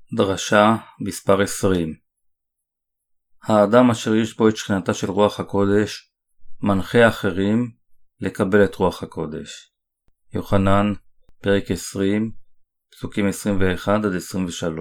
דרשה מספר 20. האדם אשר יש בו את שכינתה של רוח הקודש מנחה אחרים לקבל את רוח הקודש. יוחנן פרק 20 פסוקים 21-23.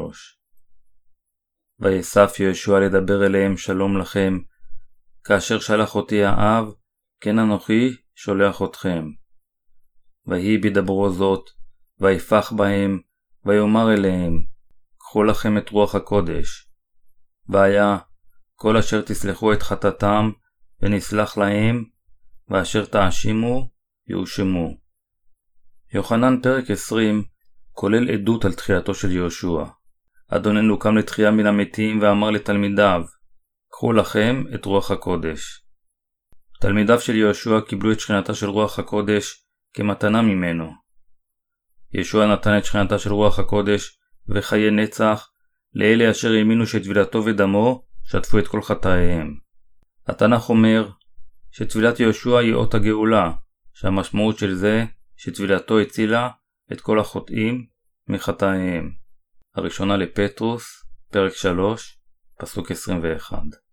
ויסף יהושע לדבר אליהם שלום לכם, כאשר שלח אותי האב כן אנוכי שולח אתכם. ויהי בדברו זאת ויפח בהם ויאמר אליהם, קחו לכם את רוח הקודש. והיה כל אשר תסלחו את חטאתם ונסלח להם, ואשר תאשימו יאושמו. יוחנן פרק 20 כולל עדות על תחייתו של יהושע. אדוננו קם לתחייה מן המתים ואמר לתלמידיו, קחו לכם את רוח הקודש. תלמידיו של יהושע קיבלו את שכינתה של רוח הקודש כמתנה ממנו. יהושע נתן את שכינתה של רוח הקודש וחיי נצח לאלה אשר האמינו שטבילתו ודמו שטפו את כל חטאיהם. התנ"ך אומר שטבילת יהושע היא אות הגאולה, שהמשמעות של זה שטבילתו הצילה את כל החוטאים מחטאיהם. הראשונה לפטרוס, פרק 3, פסוק 21.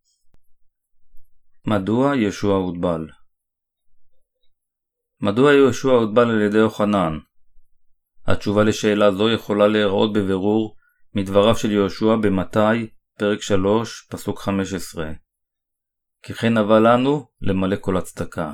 מדוע יהושע הוטבל? מדוע יהושע הוטבל על ידי יוחנן? התשובה לשאלה זו יכולה להיראות בבירור מדבריו של יהושע במתי, פרק 3, פסוק 15. כי כן הווה לנו למלא כל הצדקה.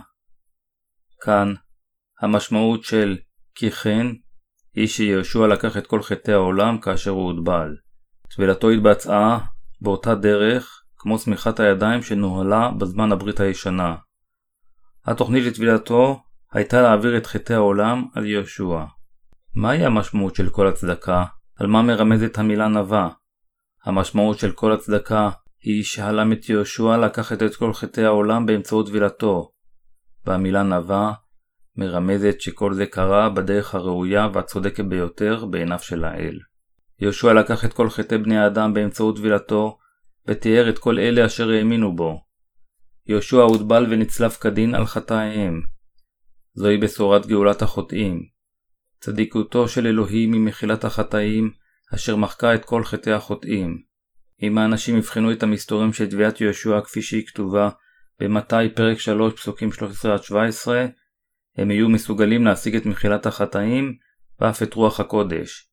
כאן, המשמעות של כי כן היא שיהושע לקח את כל חטאי העולם כאשר הוא הוטבל. טבילתו התבצעה באותה דרך כמו סמיכת הידיים שנוהלה בזמן הברית הישנה. התוכנית לטבילתו הייתה להעביר את חטאי העולם על יהושע. מהי המשמעות של כל הצדקה? על מה מרמזת המילה נבא? המשמעות של כל הצדקה היא שהלם את יהושע לקחת את כל חטאי העולם באמצעות טבילתו. והמילה נבא מרמזת שכל זה קרה בדרך הראויה והצודקת ביותר בעיניו של האל. יהושע לקח את כל חטאי בני האדם באמצעות טבילתו ותיאר את כל אלה אשר האמינו בו. יהושע הוטבל ונצלב כדין על חטאיהם. זוהי בשורת גאולת החוטאים. צדיקותו של אלוהים היא מחילת החטאים אשר מחקה את כל חטאי החוטאים. אם האנשים יבחנו את המסתורים של טביעת יהושע כפי שהיא כתובה במתי פרק 3 פסוקים 13-17, הם יהיו מסוגלים להשיג את מחילת החטאים ואף את רוח הקודש.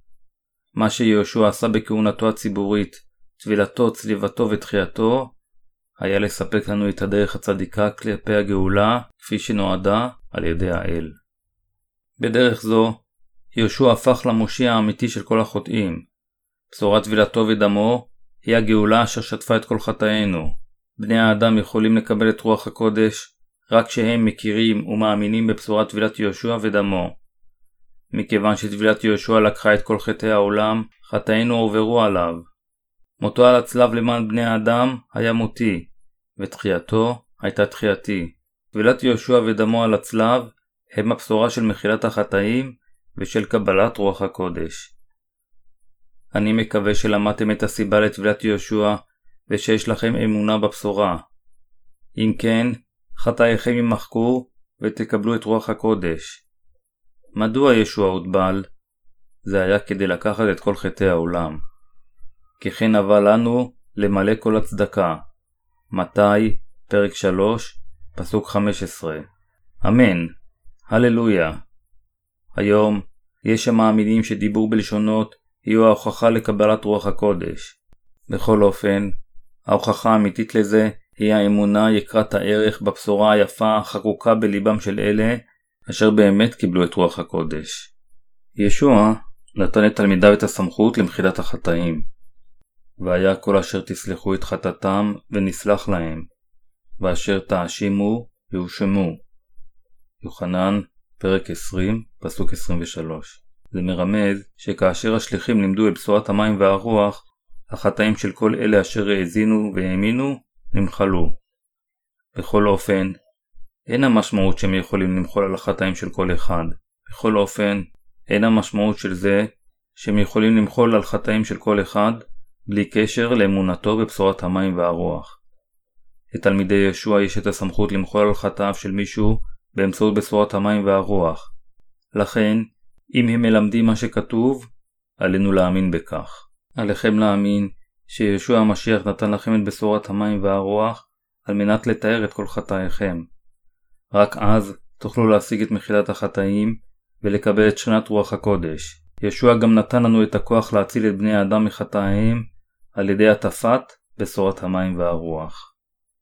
מה שיהושע עשה בכהונתו הציבורית, טבילתו, צליבתו ותחייתו, היה לספק לנו את הדרך הצדיקה כלפי הגאולה כפי שנועדה על ידי האל. בדרך זו, יהושע הפך למושיע האמיתי של כל החוטאים. בשורת טבילתו ודמו היא הגאולה אשר שטפה את כל חטאינו. בני האדם יכולים לקבל את רוח הקודש רק כשהם מכירים ומאמינים בבשורת טבילת יהושע ודמו. מכיוון שטבילת יהושע לקחה את כל חטאי העולם, חטאינו עוברו עליו. מותו על הצלב למען בני האדם היה מותי, ותחייתו הייתה תחייתי. טבילת יהושע ודמו על הצלב הם הבשורה של מחילת החטאים ושל קבלת רוח הקודש. אני מקווה שלמדתם את הסיבה לטבילת יהושע ושיש לכם אמונה בבשורה. אם כן, חטאיכם יימחקו ותקבלו את רוח הקודש. מדוע יהושע הוטבל? זה היה כדי לקחת את כל חטאי העולם. כי כן הווה לנו למלא כל הצדקה. מתי, פרק 3, פסוק 15. אמן. הללויה. היום יש המאמינים שדיבור בלשונות יהיו ההוכחה לקבלת רוח הקודש. בכל אופן, ההוכחה האמיתית לזה היא האמונה יקרת הערך בבשורה היפה החקוקה בליבם של אלה אשר באמת קיבלו את רוח הקודש. ישוע נתן לתלמידיו את הסמכות למחילת החטאים. והיה כל אשר תסלחו את חטאתם ונסלח להם, ואשר תאשימו יאושמו. יוחנן פרק 20 פסוק 23. זה מרמז שכאשר השליחים לימדו את בשורת המים והרוח, החטאים של כל אלה אשר האזינו והאמינו נמחלו. בכל אופן, אין המשמעות שהם יכולים למחול על החטאים של כל אחד. בכל אופן, אין המשמעות של זה שהם יכולים למחול על חטאים של כל אחד בלי קשר לאמונתו בבשורת המים והרוח. לתלמידי יהושע יש את הסמכות למחול על חטאיו של מישהו באמצעות בשורת המים והרוח. לכן, אם הם מלמדים מה שכתוב, עלינו להאמין בכך. עליכם להאמין שישוע המשיח נתן לכם את בשורת המים והרוח על מנת לתאר את כל חטאיכם. רק אז תוכלו להשיג את מחילת החטאים ולקבל את שכינת רוח הקודש. ישוע גם נתן לנו את הכוח להציל את בני האדם מחטאיהם על ידי הטפת בשורת המים והרוח.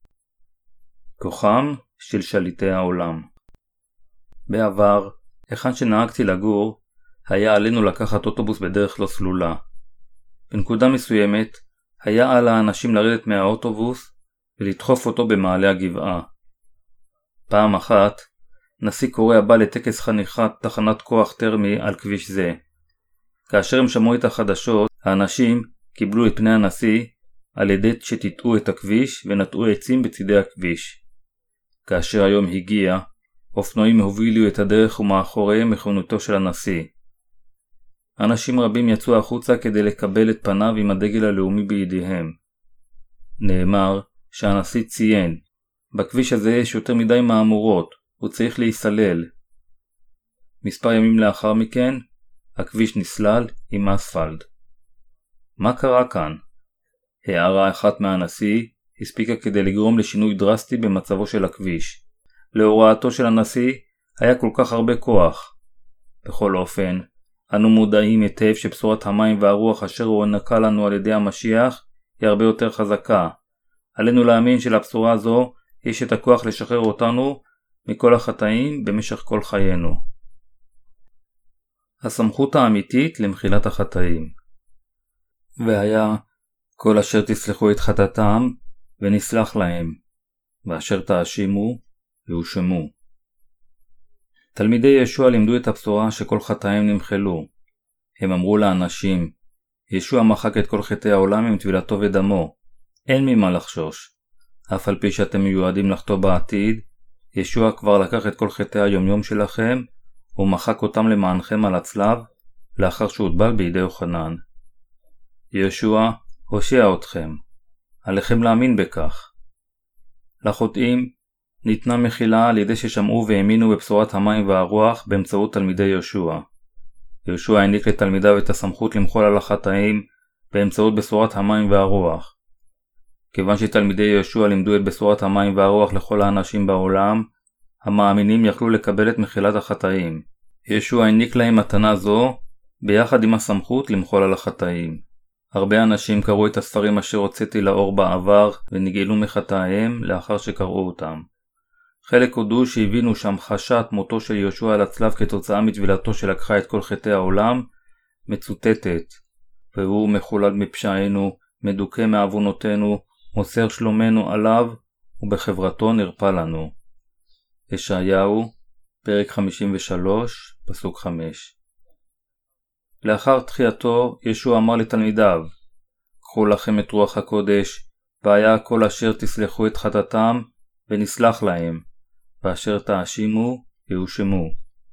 כוחם של שליטי העולם. בעבר, היכן שנהגתי לגור, היה עלינו לקחת אוטובוס בדרך לא סלולה. בנקודה מסוימת, היה על האנשים לרדת מהאוטובוס ולדחוף אותו במעלה הגבעה. פעם אחת, נשיא קוריאה בא לטקס חניכת תחנת כוח טרמי על כביש זה. כאשר הם שמעו את החדשות, האנשים קיבלו את פני הנשיא על ידי שתטעו את הכביש ונטעו עצים בצדי הכביש. כאשר היום הגיע, אופנועים הובילו את הדרך ומאחוריהם מכוניתו של הנשיא. אנשים רבים יצאו החוצה כדי לקבל את פניו עם הדגל הלאומי בידיהם. נאמר שהנשיא ציין, בכביש הזה יש יותר מדי מהמורות, הוא צריך להיסלל. מספר ימים לאחר מכן, הכביש נסלל עם אספלט. מה קרה כאן? הערה אחת מהנשיא הספיקה כדי לגרום לשינוי דרסטי במצבו של הכביש. להוראתו של הנשיא היה כל כך הרבה כוח. בכל אופן, אנו מודעים היטב שבשורת המים והרוח אשר הוענקה לנו על ידי המשיח היא הרבה יותר חזקה. עלינו להאמין שלבשורה זו יש את הכוח לשחרר אותנו מכל החטאים במשך כל חיינו. הסמכות האמיתית למחילת החטאים. והיה כל אשר תסלחו את חטאתם ונסלח להם, ואשר תאשימו והושמו. תלמידי ישוע לימדו את הבשורה שכל חטאים נמחלו. הם אמרו לאנשים, ישוע מחק את כל חטאי העולם עם טבילתו ודמו. אין ממה לחשוש. אף על פי שאתם מיועדים לחטוא בעתיד, ישוע כבר לקח את כל חטאי היומיום שלכם, ומחק אותם למענכם על הצלב, לאחר שהוטבל בידי יוחנן. ישוע הושיע אתכם. עליכם להאמין בכך. לחוטאים ניתנה מחילה על ידי ששמעו והאמינו בבשורת המים והרוח באמצעות תלמידי ישוע. ישוע העניק לתלמידיו את הסמכות למחול על החטאים באמצעות בשורת המים והרוח. כיוון שתלמידי ישוע לימדו את בשורת המים והרוח לכל האנשים בעולם, המאמינים יכלו לקבל את מחילת החטאים. ישוע העניק להם מתנה זו ביחד עם הסמכות למחול על החטאים. הרבה אנשים קראו את הספרים אשר הוצאתי לאור בעבר ונגאלו מחטאיהם לאחר שקראו אותם. חלק הודו שהבינו שהמחשת מותו של ישוע על הצלב כתוצאה מטבילתו שלקחה את כל חטאי העולם מצוטטת, והוא מחולל מפשענו, מדוכא מעוונותינו, מוסר שלומנו עליו ובחברתו נרפא לנו. ישעיהו, פרק 53, פסוק 5. לאחר תחייתו, ישוע אמר לתלמידיו, קחו לכם את רוח הקודש, והיה כל אשר תסלחו את חטאתם, ונסלח להם, ואשר תאשימו, יהושמו.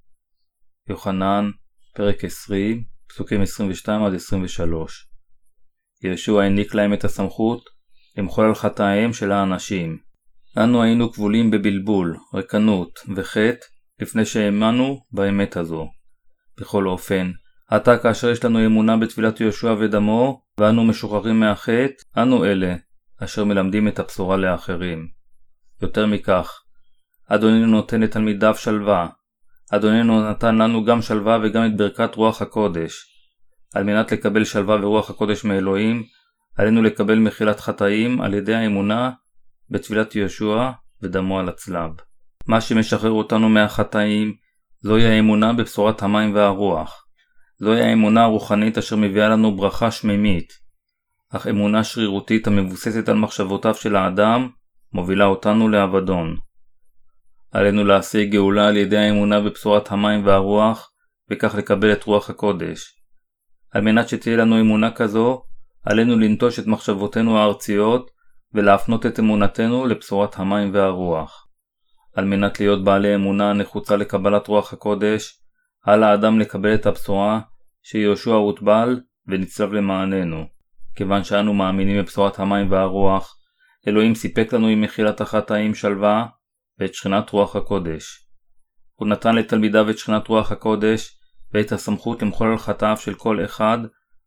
יוחנן, פרק 20, פסוקים 22-23. ישוע העניק להם את הסמכות למחול על חטאיהם של האנשים. אנו היינו כבולים בבלבול, ריקנות וחטא לפני שהאמנו באמת הזו. בכל אופן, עתה כאשר יש לנו אמונה בתפילת ישוע ודמו, ואנו משוחררים מהחטא, אנו אלה אשר מלמדים את הבשורה לאחרים. יותר מכך, אדוננו נותן לתלמידיו שלווה. אדוננו נתן לנו גם שלווה וגם את ברכת רוח הקודש. על מנת לקבל שלווה ורוח הקודש מאלוהים, עלינו לקבל מחילת חטאים על ידי האמונה בתפילת ישוע ודמו על הצלב. מה שמשחרר אותנו מהחטאים, זוהי האמונה בבשורת המים והרוח. זוהי האמונה הרוחנית אשר מביאה לנו ברכה שמימית. אך אמונה שרירותית המבוססת על מחשבותיו של האדם, מובילה אותנו לאבדון. עלינו להשיג גאולה על ידי האמונה בבשורת המים והרוח, וכך לקבל את רוח הקודש. על מנת שתהיה לנו אמונה כזו, עלינו לנטוש את מחשבותינו הארציות, ולהפנות את אמונתנו לבשורת המים והרוח. על מנת להיות בעלי אמונה הנחוצה לקבלת רוח הקודש, על האדם לקבל את הבשורה שיהושע הוטבל ונצלב למעננו. כיוון שאנו מאמינים בבשורת המים והרוח, אלוהים סיפק לנו עם מחילת החטאים שלווה ואת שכינת רוח הקודש. הוא נתן לתלמידיו את שכינת רוח הקודש ואת הסמכות למחול על חטאיו של כל אחד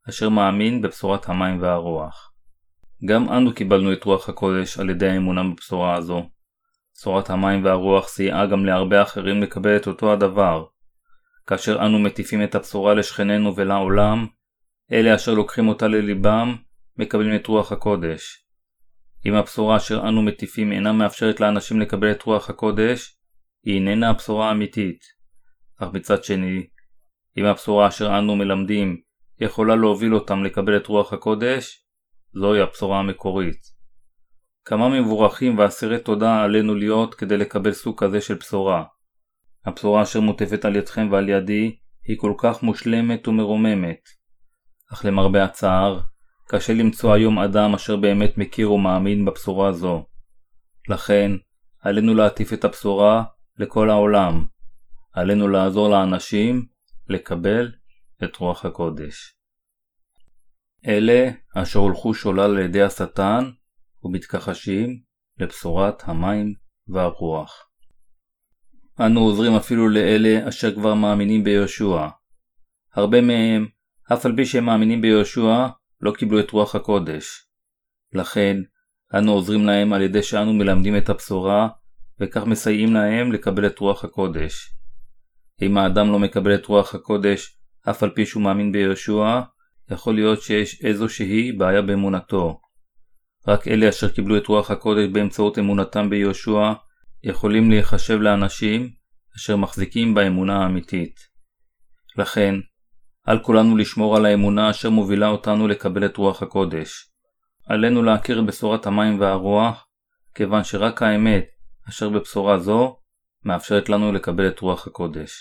אשר מאמין בבשורת המים והרוח. גם אנו קיבלנו את רוח הקודש על ידי האמונה בבשורה הזו. בשורת המים והרוח סייעה גם להרבה אחרים לקבל את אותו הדבר. כאשר אנו מטיפים את הבשורה לשכנינו ולעולם, אלה אשר לוקחים אותה לליבם מקבלים את רוח הקודש. אם הבשורה אשר אנו מטיפים אינה מאפשרת לאנשים לקבל את רוח הקודש, היא איננה הבשורה האמיתית. אך מצד שני, אם הבשורה אשר אנו מלמדים יכולה להוביל אותם לקבל את רוח הקודש, זוהי הבשורה המקורית. כמה מבורכים ואסירי תודה עלינו להיות כדי לקבל סוג כזה של בשורה. הבשורה אשר מוטפת על ידכם ועל ידי היא כל כך מושלמת ומרוממת. אך למרבה הצער, קשה למצוא היום אדם אשר באמת מכיר ומאמין בבשורה זו. לכן, עלינו להטיף את הבשורה לכל העולם. עלינו לעזור לאנשים לקבל את רוח הקודש. אלה אשר הולכו שולל על ידי השטן ומתכחשים לבשורת המים והרוח. אנו עוזרים אפילו לאלה אשר כבר מאמינים ביהושע. הרבה מהם, אף על פי שהם מאמינים ביהושע, לא קיבלו את רוח הקודש. לכן, אנו עוזרים להם על ידי שאנו מלמדים את הבשורה, וכך מסייעים להם לקבל את רוח הקודש. אם האדם לא מקבל את רוח הקודש, אף על פי שהוא מאמין ביהושע, יכול להיות שיש איזושהי בעיה באמונתו. רק אלה אשר קיבלו את רוח הקודש באמצעות אמונתם ביהושע, יכולים להיחשב לאנשים אשר מחזיקים באמונה האמיתית. לכן, על כולנו לשמור על האמונה אשר מובילה אותנו לקבל את רוח הקודש. עלינו להכיר את בשורת המים והרוח, כיוון שרק האמת אשר בבשורה זו מאפשרת לנו לקבל את רוח הקודש.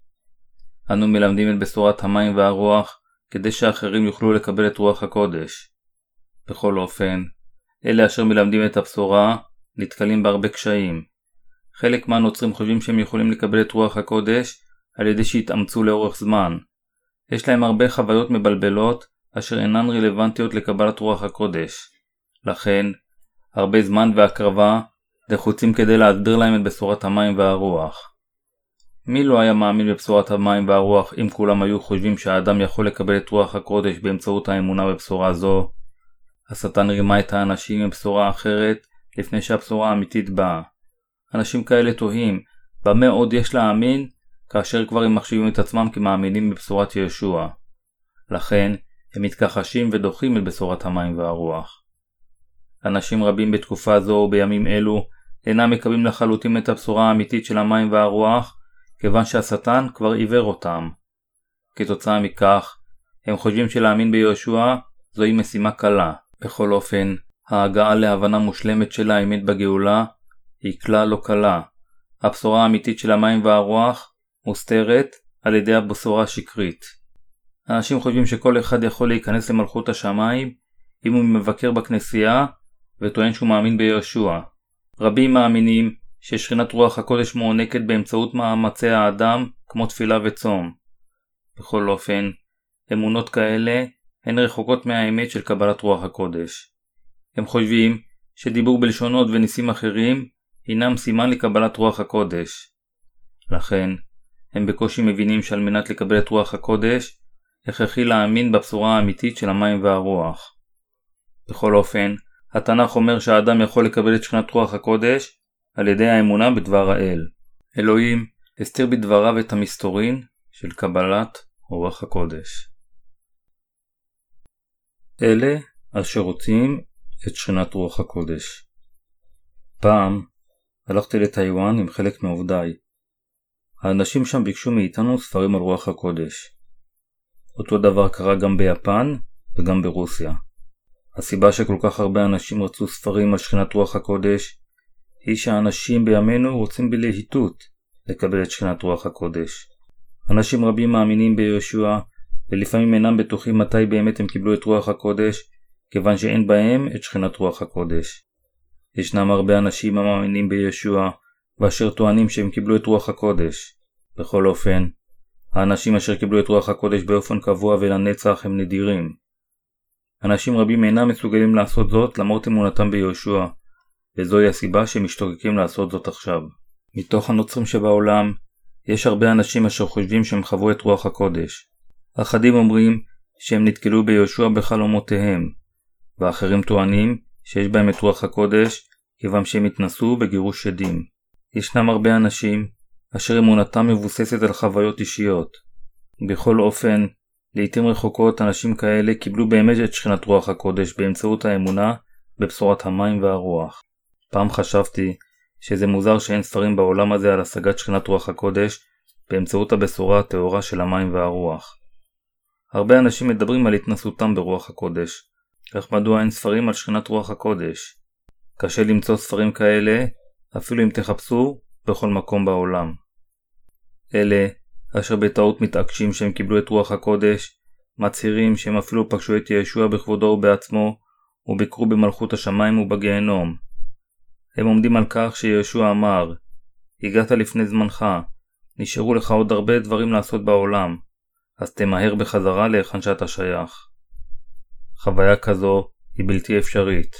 אנו מלמדים את בשורת המים והרוח כדי שאחרים יוכלו לקבל את רוח הקודש. בכל אופן, אלה אשר מלמדים את הבשורה נתקלים בהרבה קשיים. חלק מהנוצרים חושבים שהם יכולים לקבל את רוח הקודש על ידי שהתאמצו לאורך זמן. יש להם הרבה חוויות מבלבלות אשר אינן רלוונטיות לקבלת רוח הקודש. לכן, הרבה זמן והקרבה נחוצים כדי להסביר להם את בשורת המים והרוח. מי לא היה מאמין בבשורת המים והרוח אם כולם היו חושבים שהאדם יכול לקבל את רוח הקודש באמצעות האמונה בבשורה זו? השטן רימה את האנשים עם בשורה אחרת לפני שהבשורה האמיתית באה. אנשים כאלה תוהים, במה עוד יש להאמין כאשר כבר הם מחשיבים את עצמם כמאמינים בבשורת ישוע. לכן, הם מתכחשים ודוחים את בשורת המים והרוח. אנשים רבים בתקופה זו ובימים אלו אינם מקבלים לחלוטין את הבשורה האמיתית של המים והרוח, כיוון שהשטן כבר עיוור אותם. כתוצאה מכך, הם חושבים שלהאמין ביהושע זוהי משימה קלה. בכל אופן, ההגעה להבנה מושלמת של האמת בגאולה היא כלל לא קלה. הבשורה האמיתית של המים והרוח מוסתרת על ידי הבשורה השקרית. אנשים חושבים שכל אחד יכול להיכנס למלכות השמיים אם הוא מבקר בכנסייה וטוען שהוא מאמין ביהושע. רבים מאמינים ששכינת רוח הקודש מוענקת באמצעות מאמצי האדם כמו תפילה וצום. בכל אופן, אמונות כאלה הן רחוקות מהאמת של קבלת רוח הקודש. הם חושבים שדיבור בלשונות וניסים אחרים הינם סימן לקבלת רוח הקודש. לכן, הם בקושי מבינים שעל מנת לקבל את רוח הקודש, הכרחי להאמין בבשורה האמיתית של המים והרוח. בכל אופן, התנ"ך אומר שהאדם יכול לקבל את שכינת רוח הקודש על ידי האמונה בדבר האל. אלוהים הסתיר בדבריו את המסתורין של קבלת רוח הקודש. אלה אשר רוצים את שכינת רוח הקודש. פעם הלכתי לטיואן עם חלק מעובדיי. האנשים שם ביקשו מאיתנו ספרים על רוח הקודש. אותו דבר קרה גם ביפן וגם ברוסיה. הסיבה שכל כך הרבה אנשים רצו ספרים על שכינת רוח הקודש היא שהאנשים בימינו רוצים בלהיטות לקבל את שכינת רוח הקודש. אנשים רבים מאמינים ביהושע ולפעמים אינם בטוחים מתי באמת הם קיבלו את רוח הקודש, כיוון שאין בהם את שכינת רוח הקודש. ישנם הרבה אנשים המאמינים ביהושע ואשר טוענים שהם קיבלו את רוח הקודש. בכל אופן, האנשים אשר קיבלו את רוח הקודש באופן קבוע ולנצח הם נדירים. אנשים רבים אינם מסוגלים לעשות זאת למרות אמונתם ביהושע, וזוהי הסיבה שהם משתוקקים לעשות זאת עכשיו. מתוך הנוצרים שבעולם, יש הרבה אנשים אשר חושבים שהם חוו את רוח הקודש. אחדים אומרים שהם נתקלו ביהושע בחלומותיהם, ואחרים טוענים שיש בהם את רוח הקודש כיוון שהם התנסו בגירוש שדים. ישנם הרבה אנשים אשר אמונתם מבוססת על חוויות אישיות. בכל אופן, לעתים רחוקות אנשים כאלה קיבלו באמת את שכינת רוח הקודש באמצעות האמונה בבשורת המים והרוח. פעם חשבתי שזה מוזר שאין ספרים בעולם הזה על השגת שכינת רוח הקודש באמצעות הבשורה הטהורה של המים והרוח. הרבה אנשים מדברים על התנסותם ברוח הקודש, כך מדוע אין ספרים על שכינת רוח הקודש? קשה למצוא ספרים כאלה אפילו אם תחפשו בכל מקום בעולם. אלה אשר בטעות מתעקשים שהם קיבלו את רוח הקודש, מצהירים שהם אפילו פגשו את ישוע בכבודו ובעצמו, וביקרו במלכות השמיים ובגיהנום. הם עומדים על כך שישוע אמר, הגעת לפני זמנך, נשארו לך עוד הרבה דברים לעשות בעולם, אז תמהר בחזרה להיכן שאתה שייך. חוויה כזו היא בלתי אפשרית.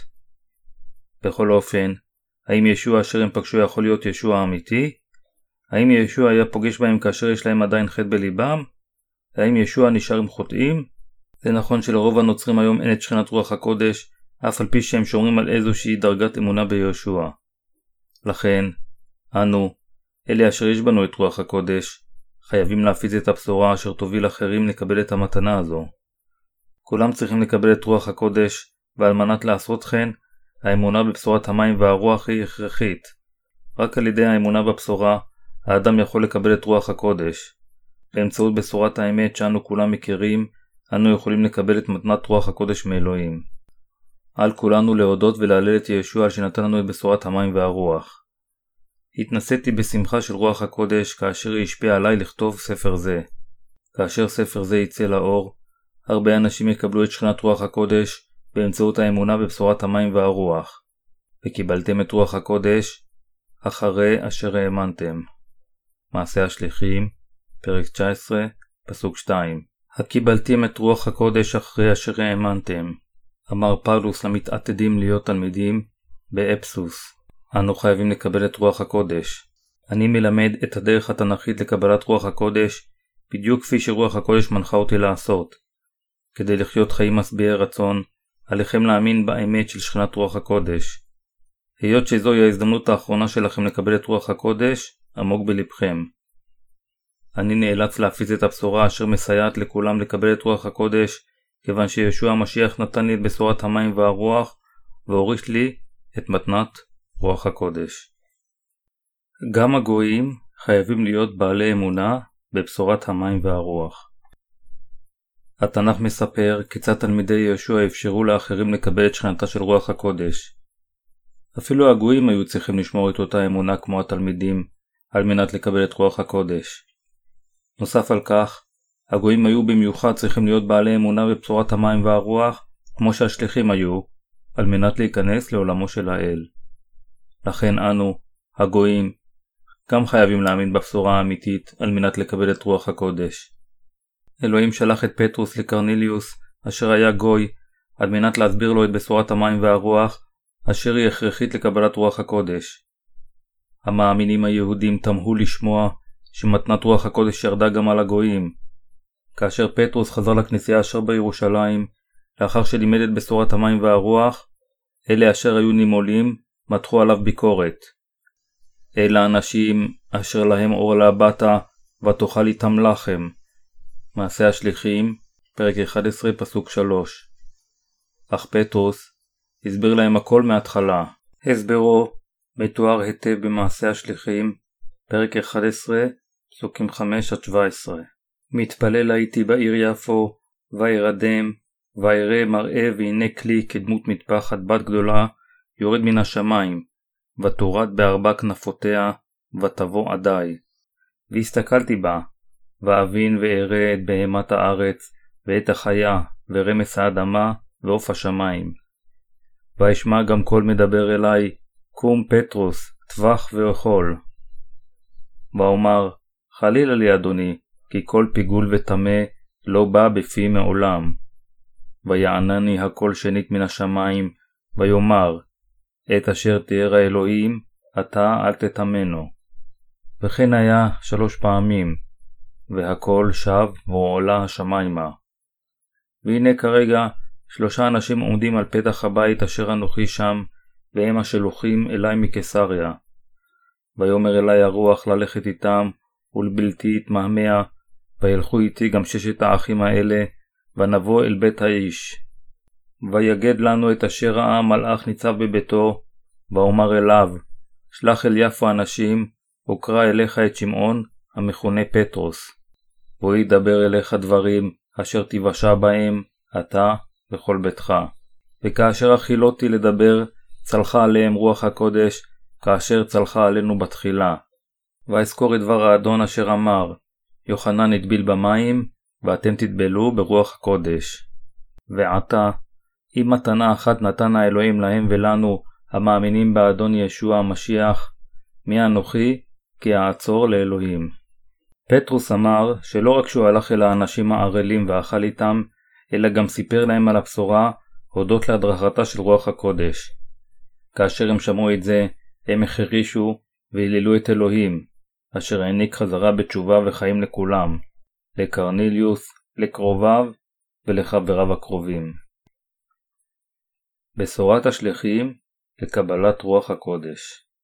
בכל אופן, האם ישוע אשר הם פגשו יכול להיות ישוע אמיתי? האם ישוע היה פוגש בהם כאשר יש להם עדיין חטא בליבם? האם ישוע נשאר עם חוטאים? זה נכון שלרוב הנוצרים היום אין את שכינת רוח הקודש, אף על פי שהם שומרים על איזושהי דרגת אמונה בישוע. לכן, אנו, אלה אשר יש בנו את רוח הקודש, חייבים להפיץ את הבשורה אשר תוביל אחרים לקבל את המתנה הזו. כולם צריכים לקבל את רוח הקודש, ועל מנת לעשות כן, האמונה בבשורת המים והרוח היא הכרחית. רק על ידי האמונה בבשורה, האדם יכול לקבל את רוח הקודש. באמצעות בשורת האמת שאנו כולם מכירים, אנו יכולים לקבל את מתנת רוח הקודש מאלוהים. על כולנו להודות ולהלל את ישוע על שנתן לנו את בשורת המים והרוח. התנסיתי בשמחה של רוח הקודש כאשר היא השפיעה עליי לכתוב ספר זה. כאשר ספר זה יצא לאור, הרבה אנשים יקבלו את שכינת רוח הקודש באמצעות האמונה בבשורת המים והרוח. וקיבלתם את רוח הקודש אחרי אשר האמנתם. מעשה השליחים, פרק 19, פסוק 2. הקיבלתם את רוח הקודש אחרי אשר האמנתם. אמר פאולוס למתעתדים להיות תלמידים באפסוס. אנו חייבים לקבל את רוח הקודש. אני מלמד את הדרך התנ"כית לקבלת רוח הקודש בדיוק כפי שרוח הקודש מנחה אותי לעשות. כדי לחיות חיים משביעי רצון, עליכם להאמין באמת של שכינת רוח הקודש. היות שזוהי ההזדמנות האחרונה שלכם לקבל את רוח הקודש, עמוק בלבכם. אני נאלץ להפיץ את הבשורה אשר מסייעת לכולם לקבל את רוח הקודש, כיוון שישוע המשיח נתן לי את בשורת המים והרוח, והוריש לי את מתנת רוח הקודש. גם הגויים חייבים להיות בעלי אמונה בבשורת המים והרוח. התנ"ך מספר כיצד תלמידי ישוע אפשרו לאחרים לקבל את שכינתה של רוח הקודש. אפילו הגויים היו צריכים לשמור את אותה אמונה כמו התלמידים, על מנת לקבל את רוח הקודש. נוסף על כך, הגויים היו במיוחד צריכים להיות בעלי אמונה בבשורת המים והרוח, כמו שהשליחים היו, על מנת להיכנס לעולמו של האל. לכן אנו, הגויים, גם חייבים להאמין בבשורה האמיתית על מנת לקבל את רוח הקודש. אלוהים שלח את פטרוס לקרניליוס, אשר היה גוי, על מנת להסביר לו את בשורת המים והרוח, אשר היא הכרחית לקבלת רוח הקודש. המאמינים היהודים תמהו לשמוע שמתנת רוח הקודש ירדה גם על הגויים. כאשר פטרוס חזר לכנסייה אשר בירושלים, לאחר שלימד את בשורת המים והרוח, אלה אשר היו נימולים מתחו עליו ביקורת. אלה אנשים אשר להם אורלה באת ותאכל איתם לחם. מעשה השליחים, פרק 11, פסוק 3. אך פטרוס הסביר להם הכל מההתחלה. הסברו מתואר היטב במעשה השליחים, פרק 11, פסוקים 5-17. מתפלל הייתי בעיר יפו, וירדם, ויראה מראה והנה כלי כדמות מטפחת בת גדולה, יורד מן השמיים, ותורד בארבע כנפותיה, ותבוא עדיי. והסתכלתי בה, ואבין ואראה את בהמת הארץ, ואת החיה, ורמס האדמה, ועוף השמיים. וישמע גם קול מדבר אליי, קום פטרוס, טבח ואכול. ואומר, חלילה לי אדוני, כי כל פיגול וטמא לא בא בפי מעולם. ויענני הקול שנית מן השמיים, ויאמר, את אשר תיאר האלוהים, אתה אל תטמנו. וכן היה 3 פעמים, והקול שב והועלה השמיימה. והנה כרגע 3 אנשים עומדים על פתח הבית אשר אנוכי שם, והם השלוחים אליי מקיסריה. ויאמר אלי הרוח ללכת איתם, ולבלתי התמהמה, וילכו איתי גם 6 האחים האלה, ונבוא אל בית האיש. ויגד לנו את אשר ראה המלאך ניצב בביתו, ואומר אליו, שלח אל יפו אנשים, וקרא אליך את שמעון, המכונה פטרוס. והוא ידבר אליך דברים, אשר תיוושע בהם, אתה וכל ביתך. וכאשר הכילותי לדבר, צלחה עליהם רוח הקודש, כאשר צלחה עלינו בתחילה. ואזכור את דבר האדון אשר אמר, יוחנן הטביל במים, ואתם תטבלו ברוח הקודש. ועתה, אם מתנה אחת נתן האלוהים להם ולנו, המאמינים באדון ישוע המשיח, מי אנוכי? כי אעצור לאלוהים. פטרוס אמר שלא רק שהוא הלך אל האנשים הערלים ואכל איתם, אלא גם סיפר להם על הבשורה, הודות להדרכתה של רוח הקודש. כאשר הם שמעו את זה, הם החרישו והיללו את אלוהים, אשר העניק חזרה בתשובה וחיים לכולם, לקרניליוס, לקרוביו ולחבריו הקרובים. בשורת השליחים לקבלת רוח הקודש.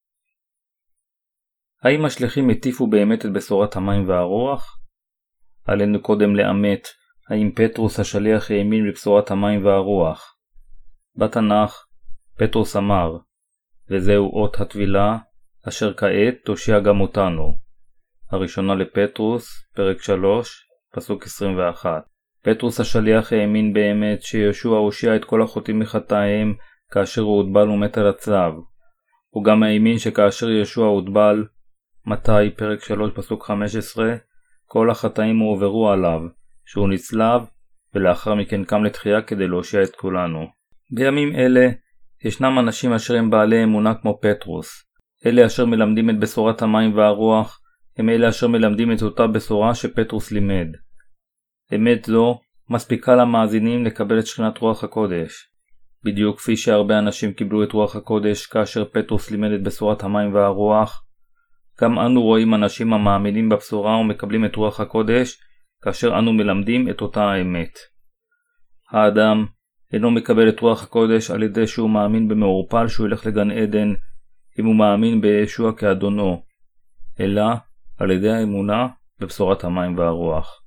האם השליחים הטיפו באמת את בשורת המים והרוח? עלינו קודם לאמת האם פטרוס השליח האמין בבשורת המים והרוח. בתנ"ך פטרוס אמר, וזהו אות הטבילה אשר כעת תושיע גם אותנו. הראשונה לפטרוס, פרק 3, פסוק 21. פטרוס השליח האמין באמת שישוע הושיע את כל החוטאים מחטאיהם כאשר הוא הוטבל ומת על הצלב. הוא גם האמין שכאשר ישוע הוטבל, מתי פרק 3 פסוק 15, כל החטאים הועברו עליו, שהוא נצלב ולאחר מכן קם לתחייה כדי להושיע את כולנו. בימים אלה ישנם אנשים אשר הם בעלי אמונה כמו פטרוס. אלה אשר מלמדים את בשורת המים והרוח, הם אלה אשר מלמדים את אותה בשורה שפטרוס לימד. אמת זו מספיקה למאזינים לקבל את שכינת רוח הקודש. בדיוק כפי שהרבה אנשים קיבלו את רוח הקודש כאשר פטרוס לימד את בשורת המים והרוח, גם אנו רואים אנשים המאמינים בבשורה ומקבלים את רוח הקודש כאשר אנו מלמדים את אותה האמת. האדם אינו מקבל את רוח הקודש על ידי שהוא מאמין במעורפל שהוא ילך לגן עדן אם הוא מאמין בישוע כאדונו, אלא על ידי האמונה בבשורת המים והרוח.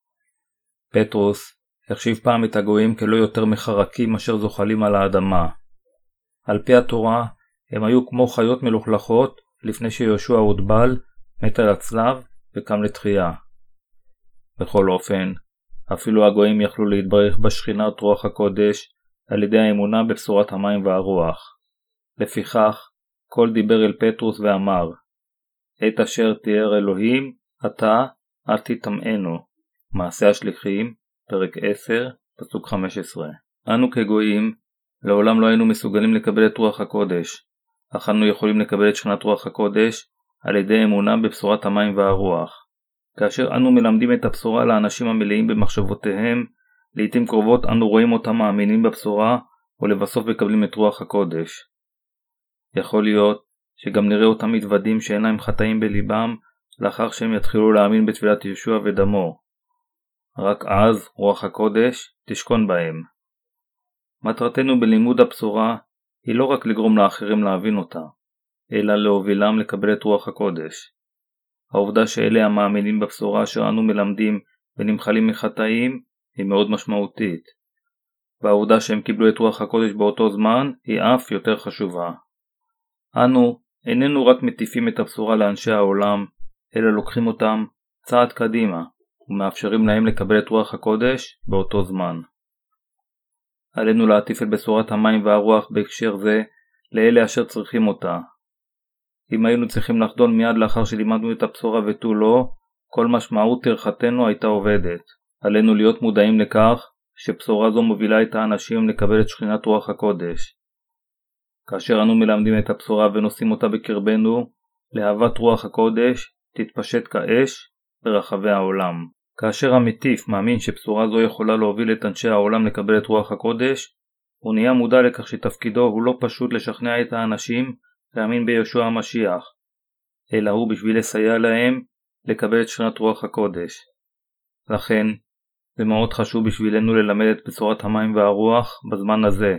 פטרוס החשיב פעם את הגויים כלא יותר מחרקים אשר זוחלים על האדמה. על פי התורה הם היו כמו חיות מלוכלכות לפני שישוע הוטבל, מת על הצלב וקם לתחייה. בכל אופן, אפילו הגויים יכלו להתברך בשכינת רוח הקודש על ידי האמונה בבשורת המים והרוח. לפיכך, כל דיבר אל פטרוס ואמר, את אשר תיאר אלוהים, אתה אל תטמאנו. מעשה השליחים, פרק 10, פסוק 15. אנו כגויים, לעולם לא היינו מסוגלים לקבל את רוח הקודש, אך אנו יכולים לקבל את שכינת רוח הקודש על ידי אמונה בבשורת המים והרוח. כאשר אנו מלמדים את הבשורה לאנשים המלאים במחשבותיהם, לעתים קרובות אנו רואים אותם מאמינים בבשורה ולבסוף מקבלים את רוח הקודש. יכול להיות שגם נראה אותם מתוודים שאין להם חטאים בליבם לאחר שהם יתחילו להאמין בתפילת ישוע ודמו. רק אז רוח הקודש תשכון בהם. מטרתנו בלימוד הבשורה היא לא רק לגרום לאחרים להבין אותה, אלא להובילם לקבל את רוח הקודש. העובדה שאלה המאמינים בבשורה שאנו מלמדים ונמחלים מחטאים היא מאוד משמעותית, והעובדה שהם קיבלו את רוח הקודש באותו זמן היא אף יותר חשובה. אנו איננו רק מטיפים את הבשורה לאנשי העולם, אלא לוקחים אותם צעד קדימה ומאפשרים להם לקבל את רוח הקודש באותו זמן. עלינו להטיף את בשורת המים והרוח בהקשר זה לאלה אשר צריכים אותה. אם היינו צריכים לחדול מיד לאחר שלימדנו את הבשורה ותו לא, כל משמעות טרחתנו הייתה עובדת. עלינו להיות מודעים לכך שבשורה זו מובילה את האנשים לקבל את שכינת רוח הקודש. כאשר אנו מלמדים את הבשורה ונושאים אותה בקרבנו, להבת רוח הקודש תתפשט כאש ברחבי העולם. כאשר המטיף מאמין שבשורה זו יכולה להוביל את אנשי העולם לקבל את רוח הקודש, הוא נהיה מודע לכך שתפקידו הוא לא פשוט לשכנע את האנשים להאמין בישוע המשיח, אלא הוא בשביל לסייע להם לקבל את שכינת רוח הקודש. לכן, זה מאוד חשוב בשבילנו ללמד את בשורת המים והרוח בזמן הזה.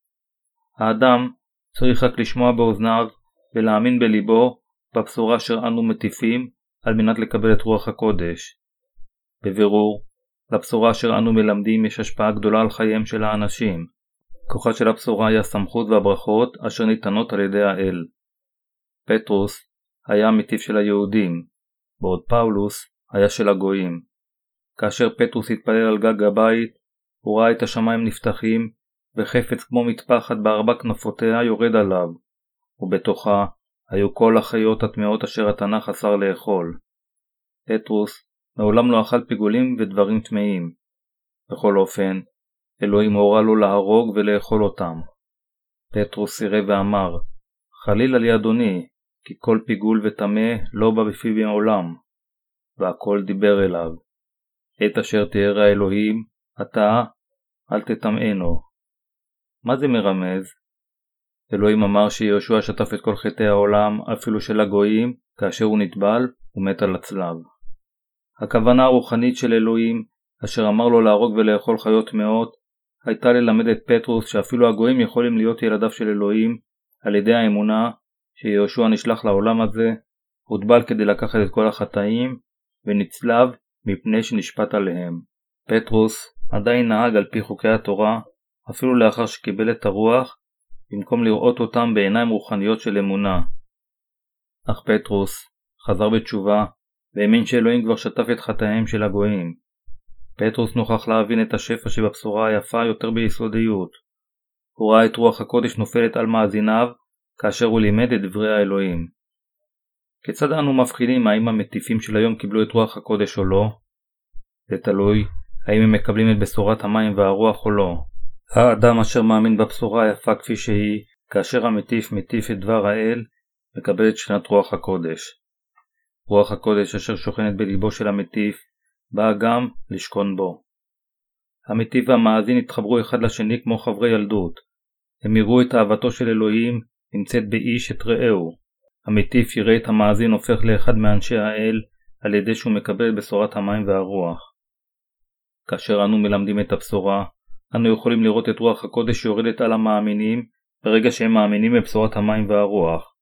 האדם צריך רק לשמוע באוזניו ולהאמין בליבו בבשורה אשר אנו מטיפים על מנת לקבל את רוח הקודש. בבירור, לבשורה אשר אנו מלמדים יש השפעה גדולה על חייהם של האנשים. כוחה של הבשורה היא הסמכות והברכות אשר ניתנות על ידי האל. פטרוס היה המטיף של היהודים, בעוד פאולוס היה של הגויים. כאשר פטרוס התפלל על גג הבית, הוא ראה את השמיים נפתחים וחפץ כמו מטפחת בארבע כנפותיה יורד עליו, ובתוכה היו כל החיות הטמאות אשר התנ"ך אסר לאכול. פטרוס מעולם לא אכל פיגולים ודברים טמאים. בכל אופן, אלוהים הורה לו להרוג ולאכול אותם. פטרוס סירב ואמר, חלילה לי אדוני, כי כל פיגול וטמא לא בא בפי מעולם. והכל דיבר אליו, את אשר תיאר האלוהים, אתה אל תטמאנו. מה זה מרמז? אלוהים אמר שיהושע שטף את כל חטאי העולם, אפילו של הגויים, כאשר הוא נטבל ומת על הצלב. הכוונה הרוחנית של אלוהים, אשר אמר לו להרוג ולאכול חיות טמאות, הייתה ללמד את פטרוס שאפילו הגויים יכולים להיות ילדיו של אלוהים, על ידי האמונה שיהושע נשלח לעולם הזה, הוטבל כדי לקחת את כל החטאים, ונצלב מפני שנשפט עליהם. פטרוס עדיין נהג על פי חוקי התורה, אפילו לאחר שקיבל את הרוח, במקום לראות אותם בעיניים רוחניות של אמונה. אך פטרוס חזר בתשובה, והאמין שאלוהים כבר שטף את חטאיהם של הגויים. פטרוס נוכח להבין את השפע שבבשורה היפה יותר ביסודיות. הוא ראה את רוח הקודש נופלת על מאזיניו, כאשר הוא לימד את דברי האלוהים. כיצד אנו מבחינים האם המטיפים של היום קיבלו את רוח הקודש או לא? זה תלוי האם הם מקבלים את בשורת המים והרוח או לא. האדם אשר מאמין בבשורה היפה כפי שהיא, כאשר המטיף מטיף את דבר האל, מקבל את שכינת רוח הקודש. רוח הקודש אשר שוכנת בליבו של המטיף, באה גם לשכון בו. המטיף והמאזין התחברו אחד לשני כמו חברי ילדות. הם יראו את אהבתו של אלוהים נמצאת באיש את רעהו. המטיף יראה את המאזין הופך לאחד מאנשי האל על ידי שהוא מקבל את בשורת המים והרוח. כאשר אנו מלמדים את הבשורה, אנו יכולים לראות את רוח הקודש שיורדת על המאמינים ברגע שהם מאמינים בבשורת המים והרוח.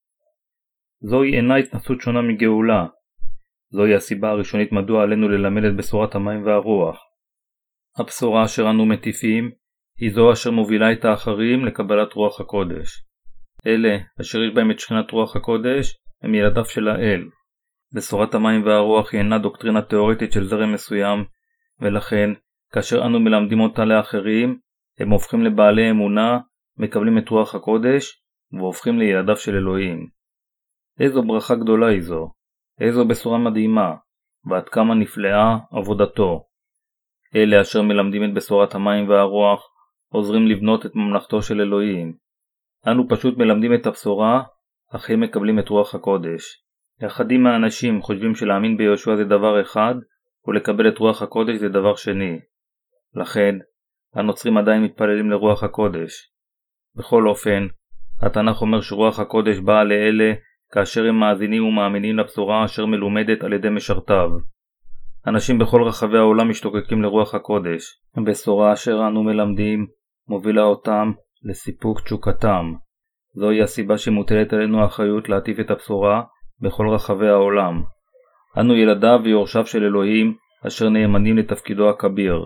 זוהי אינה התנסות שונה מגאולה. זוהי הסיבה הראשונית מדוע עלינו ללמד את בשורת המים והרוח. הבשורה אשר אנו מטיפים היא זו אשר מובילה את האחרים לקבלת רוח הקודש. אלה אשר יש בהם את שכינת רוח הקודש הם ילדיו של האל. בשורת המים והרוח היא אינה דוקטרינה תיאורטית של זרם מסוים, ולכן כאשר אנו מלמדים אותה לאחרים, הם הופכים לבעלי אמונה, מקבלים את רוח הקודש והופכים לילדיו של אלוהים. איזו ברכה גדולה היא זו, איזו בשורה מדהימה, ועד כמה נפלאה עבודתו. אלה אשר מלמדים את בשורת המים והרוח עוזרים לבנות את ממלכתו של אלוהים. אנו פשוט מלמדים את הבשורה, אך הם מקבלים את רוח הקודש. אחדים מהאנשים חושבים שלהאמין ביהושע זה דבר אחד, ולקבל את רוח הקודש זה דבר שני. לכן, הנוצרים עדיין מתפללים לרוח הקודש. בכל אופן, התנ"ך אומר שרוח הקודש באה לאלה כאשר הם מאזינים ומאמינים לבשורה אשר מלומדת על ידי משרתיו. אנשים בכל רחבי העולם משתוקקים לרוח הקודש. הבשורה אשר אנו מלמדים מובילה אותם לסיפוק תשוקתם. זוהי הסיבה שמוטלת עלינו האחריות להטיף את הבשורה בכל רחבי העולם. אנו ילדיו ויורשיו של אלוהים אשר נאמנים לתפקידו הכביר.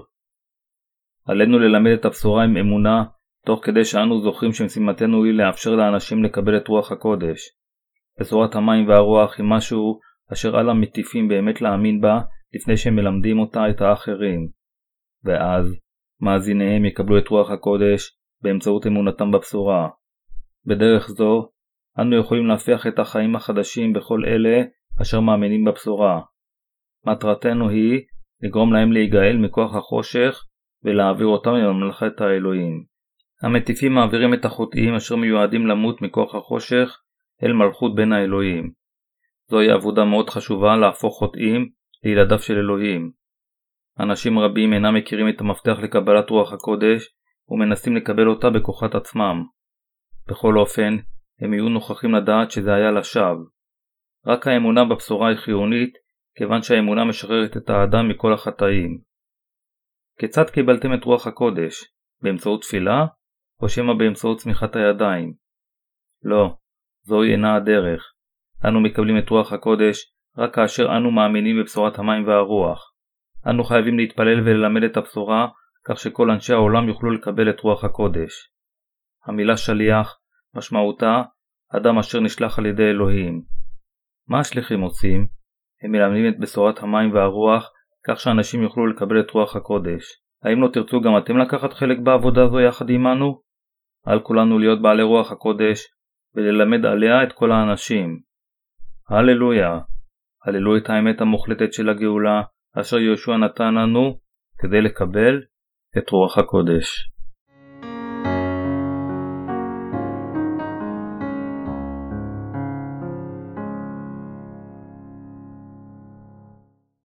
עלינו ללמד את הבשורה עם אמונה, תוך כדי שאנו זוכרים שמשימתנו היא לאפשר לאנשים לקבל את רוח הקודש. בשורת המים והרוח היא משהו אשר על המטיפים באמת להאמין בה לפני שהם מלמדים אותה את האחרים. ואז מאזיניהם יקבלו את רוח הקודש באמצעות אמונתם בבשורה. בדרך זו, אנו יכולים להפיח את החיים החדשים בכל אלה אשר מאמינים בבשורה. מטרתנו היא לגרום להם להיגאל מכוח החושך ולהעביר אותם לממלכת האלוהים. המטיפים מעבירים את החוטאים אשר מיועדים למות מכוח החושך אל מלכות בין האלוהים. זוהי עבודה מאוד חשובה להפוך חוטאים לילדיו של אלוהים. אנשים רבים אינם מכירים את המפתח לקבלת רוח הקודש ומנסים לקבל אותה בכוחות עצמם. בכל אופן, הם יהיו נוכחים לדעת שזה היה לשווא. רק האמונה בבשורה היא חיונית, כיוון שהאמונה משחררת את האדם מכל החטאים. כיצד קיבלתם את רוח הקודש? באמצעות תפילה? או שמא באמצעות צמיחת הידיים? לא, זוהי אינה הדרך. אנו מקבלים את רוח הקודש רק כאשר אנו מאמינים בבשורת המים והרוח. אנו חייבים להתפלל וללמד את הבשורה, כך שכל אנשי העולם יוכלו לקבל את רוח הקודש. המילה שליח, משמעותה, אדם אשר נשלח על ידי אלוהים. מה השליחים עושים? הם מלמדים את בשורת המים והרוח, כך שאנשים יוכלו לקבל את רוח הקודש. האם לא תרצו גם אתם לקחת חלק בעבודה זו יחד עמנו? על כולנו להיות בעלי רוח הקודש, וללמד עליה את כל האנשים. הללויה. הללו את האמת המוחלטת של הגאולה, אשר יהושע נתן לנו, כדי לקבל את רוח הקודש.